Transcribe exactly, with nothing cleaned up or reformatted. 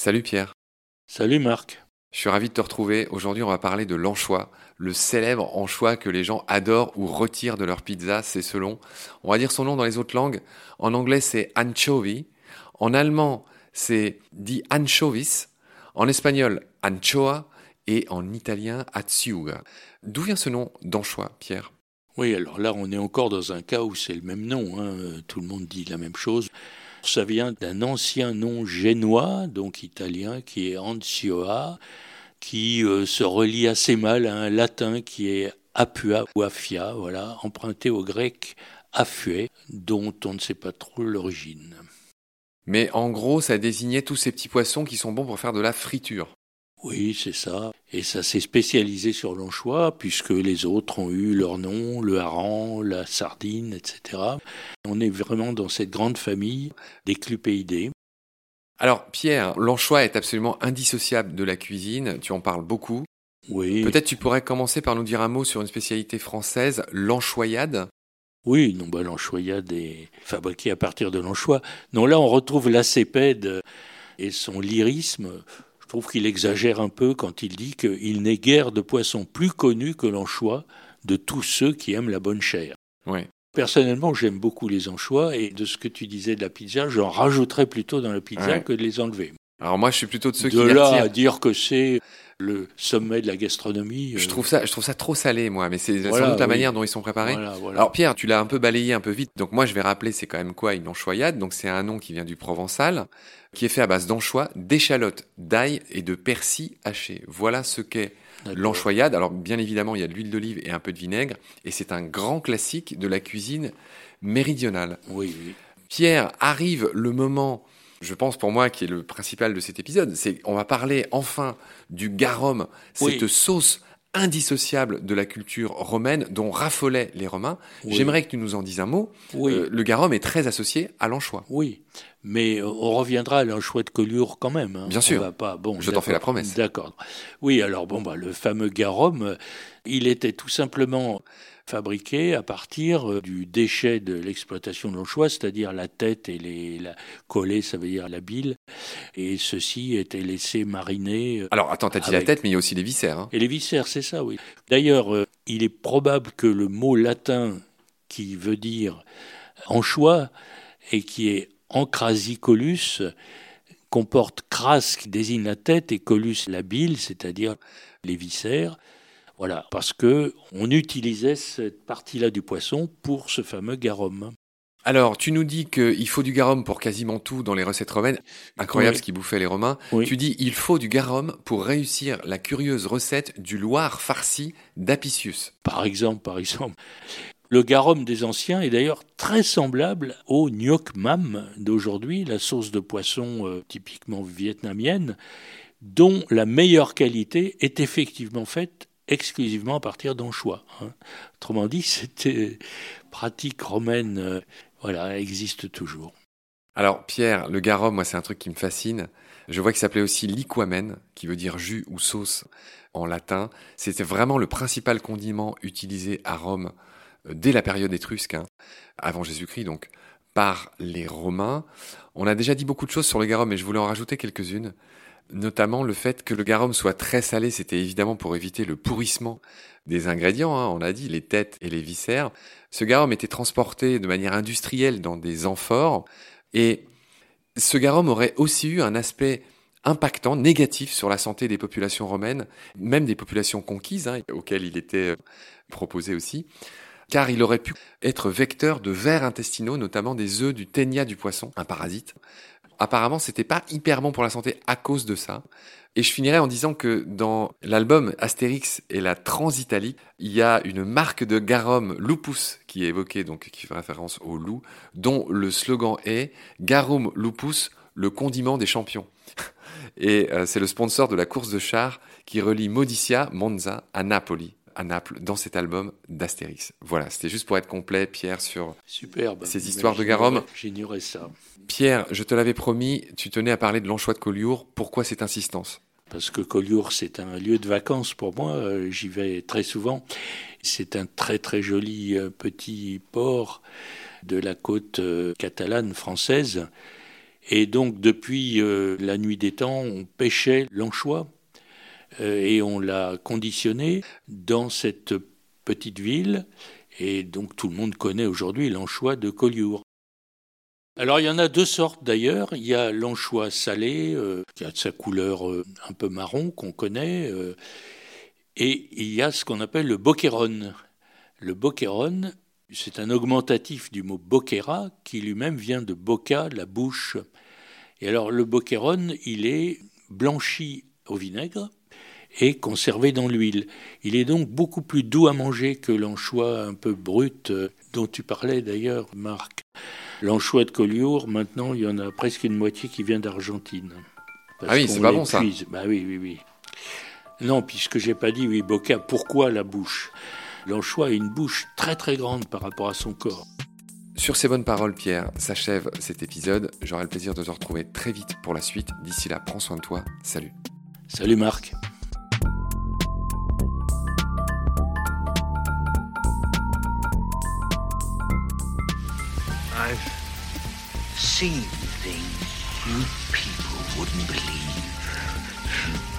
Salut Pierre, Salut Marc. je suis ravi de te retrouver. Aujourd'hui, on va parler de l'anchois, le célèbre anchois que les gens adorent ou retirent de leur pizza, c'est selon. On va dire son nom dans les autres langues. En anglais, c'est anchovy. En allemand, c'est dit anchovis. En espagnol, anchoa. Et en italien, acciuga. D'où vient ce nom d'anchois, Pierre? Oui, alors là, on est encore dans un cas où c'est le même nom, hein. Tout le monde dit la même chose. Ça vient d'un ancien nom génois, donc italien, qui est Ancioa, qui euh, se relie assez mal à un latin qui est Apua ou Afia, voilà, emprunté au grec Afué, dont on ne sait pas trop l'origine. Mais en gros, ça désignait tous ces petits poissons qui sont bons pour faire de la friture. Oui, c'est ça. Et ça s'est spécialisé sur l'anchois, puisque les autres ont eu leur nom, le hareng, la sardine, et cetera. On est vraiment dans cette grande famille des clupéidés. Alors Pierre, l'anchois est absolument indissociable de la cuisine, tu en parles beaucoup. Oui, Peut-être tu pourrais commencer par nous dire un mot sur une spécialité française, l'anchoyade. oui, non, bah, l'anchoyade est fabriquée à partir de l'anchois. Non, là, on retrouve l'acépède et son lyrisme. Je trouve qu'il exagère un peu quand il dit qu'il n'est guère de poisson plus connu que l'anchois de tous ceux qui aiment la bonne chair. Ouais. Personnellement, j'aime beaucoup les anchois et de ce que tu disais de la pizza, j'en rajouterais plutôt dans la pizza Ouais. que de les enlever. Alors moi, je suis plutôt de ceux De qui les là à retirent. dire que c'est le sommet de la gastronomie. Je euh, trouve ça, je trouve ça trop salé, moi, mais c'est sans Voilà, doute la oui. manière dont ils sont préparés. Voilà, voilà. Alors Pierre, tu l'as un peu balayé un peu vite, donc moi je vais rappeler c'est quand même quoi une anchoyade. Donc c'est un nom qui vient du provençal, qui est fait à base d'anchois, d'échalotes, d'ail et de persil haché. Voilà ce qu'est D'accord. l'anchoyade. Alors bien évidemment, il y a de l'huile d'olive et un peu de vinaigre, et c'est un grand classique de la cuisine méridionale. Oui, oui. Pierre, arrive le moment, je pense pour moi, qui est le principal de cet épisode, c'est on va parler enfin du garum, cette Oui. sauce indissociable de la culture romaine dont raffolaient les Romains. Oui. J'aimerais que tu nous en dises un mot. Oui. Euh, le garum est très associé à l'anchois. Oui, mais euh, on reviendra à l'anchois de Collioure quand même, hein. Bien On sûr. va pas. Bon, Je t'en fais la d'accord. promesse. D'accord. Oui, alors bon, bah, le fameux garum, euh, il était tout simplement fabriqué à partir euh, du déchet de l'exploitation de l'anchois, c'est-à-dire la tête et les la, collée, ça veut dire la bile, et ceci était laissé mariner. euh, Alors attends, t'as dit la avec- tête, mais il y a aussi les viscères. hein. Et les viscères, c'est ça, oui. D'ailleurs, euh, il est probable que le mot latin qui veut dire anchois et qui est encrasicolus, comporte cras qui désigne la tête et colus la bile, c'est-à-dire les viscères. Voilà, parce que on utilisait cette partie-là du poisson pour ce fameux garum. Alors, tu nous dis qu'il faut du garum pour quasiment tout dans les recettes romaines. Incroyable Oui. ce qu'ils bouffaient les Romains. Oui. Tu dis il faut du garum pour réussir la curieuse recette du Loir farci d'Apicius. Par exemple, par exemple. Le garum des anciens est d'ailleurs très semblable au gnoc mam d'aujourd'hui, la sauce de poisson euh, typiquement vietnamienne, dont la meilleure qualité est effectivement faite exclusivement à partir d'anchois, hein. Autrement dit, cette euh, pratique romaine euh, voilà, existe toujours. Alors, Pierre, le garum, moi, c'est un truc qui me fascine. Je vois qu'il s'appelait aussi liquamen, qui veut dire jus ou sauce en latin. C'était vraiment le principal condiment utilisé à Rome euh, dès la période étrusque, hein, avant Jésus-Christ, donc, par les Romains. On a déjà dit beaucoup de choses sur le garum, mais je voulais en rajouter quelques-unes. Notamment le fait que le garum soit très salé, c'était évidemment pour éviter le pourrissement des ingrédients, hein, on l'a dit, les têtes et les viscères. Ce garum était transporté de manière industrielle dans des amphores, et ce garum aurait aussi eu un aspect impactant, négatif sur la santé des populations romaines, même des populations conquises, hein, auxquelles il était euh, proposé aussi, car il aurait pu être vecteur de vers intestinaux, notamment des œufs du ténia du poisson, un parasite. Apparemment, c'était pas hyper bon pour la santé à cause de ça. Et je finirai en disant que dans l'album Astérix et la Transitalie, il y a une marque de garum lupus qui est évoquée, donc qui fait référence au loup, dont le slogan est Garum lupus, le condiment des champions. Et euh, c'est le sponsor de la course de chars qui relie Modicia, Monza, à Napoli, à Naples, dans cet album d'Astérix. Voilà, c'était juste pour être complet, Pierre, sur Superbe. ces histoires de J'ignorais- garum. J'ignorais ça. Pierre, je te l'avais promis, tu tenais à parler de l'anchois de Collioure. Pourquoi cette insistance? Parce que Collioure, c'est un lieu de vacances pour moi. euh, J'y vais très souvent. C'est un très très joli euh, petit port de la côte euh, catalane française. Et donc, depuis euh, la nuit des temps, on pêchait l'anchois euh, et on l'a conditionné dans cette petite ville. Et donc, tout le monde connaît aujourd'hui l'anchois de Collioure. Alors, il y en a deux sortes d'ailleurs. Il y a l'anchois salé, euh, qui a de sa couleur euh, un peu marron, qu'on connaît. Euh, et il y a ce qu'on appelle le boccheron. Le boccheron, c'est un augmentatif du mot bocchera, qui lui-même vient de bocca, la bouche. Et alors, le boccheron, il est blanchi au vinaigre et conservé dans l'huile. Il est donc beaucoup plus doux à manger que l'anchois un peu brut euh, dont tu parlais d'ailleurs, Marc. L'anchois de Collioure, maintenant, il y en a presque une moitié qui vient d'Argentine. Ah oui, c'est pas bon ça. Bah oui, oui, oui. Non, puisque j'ai pas dit, oui, bocca, pourquoi la bouche ? L'anchois a une bouche très très grande par rapport à son corps. Sur ces bonnes paroles, Pierre, s'achève cet épisode. J'aurai le plaisir de te retrouver très vite pour la suite. D'ici là, prends soin de toi. Salut. Salut Marc. I've seen things you people wouldn't believe.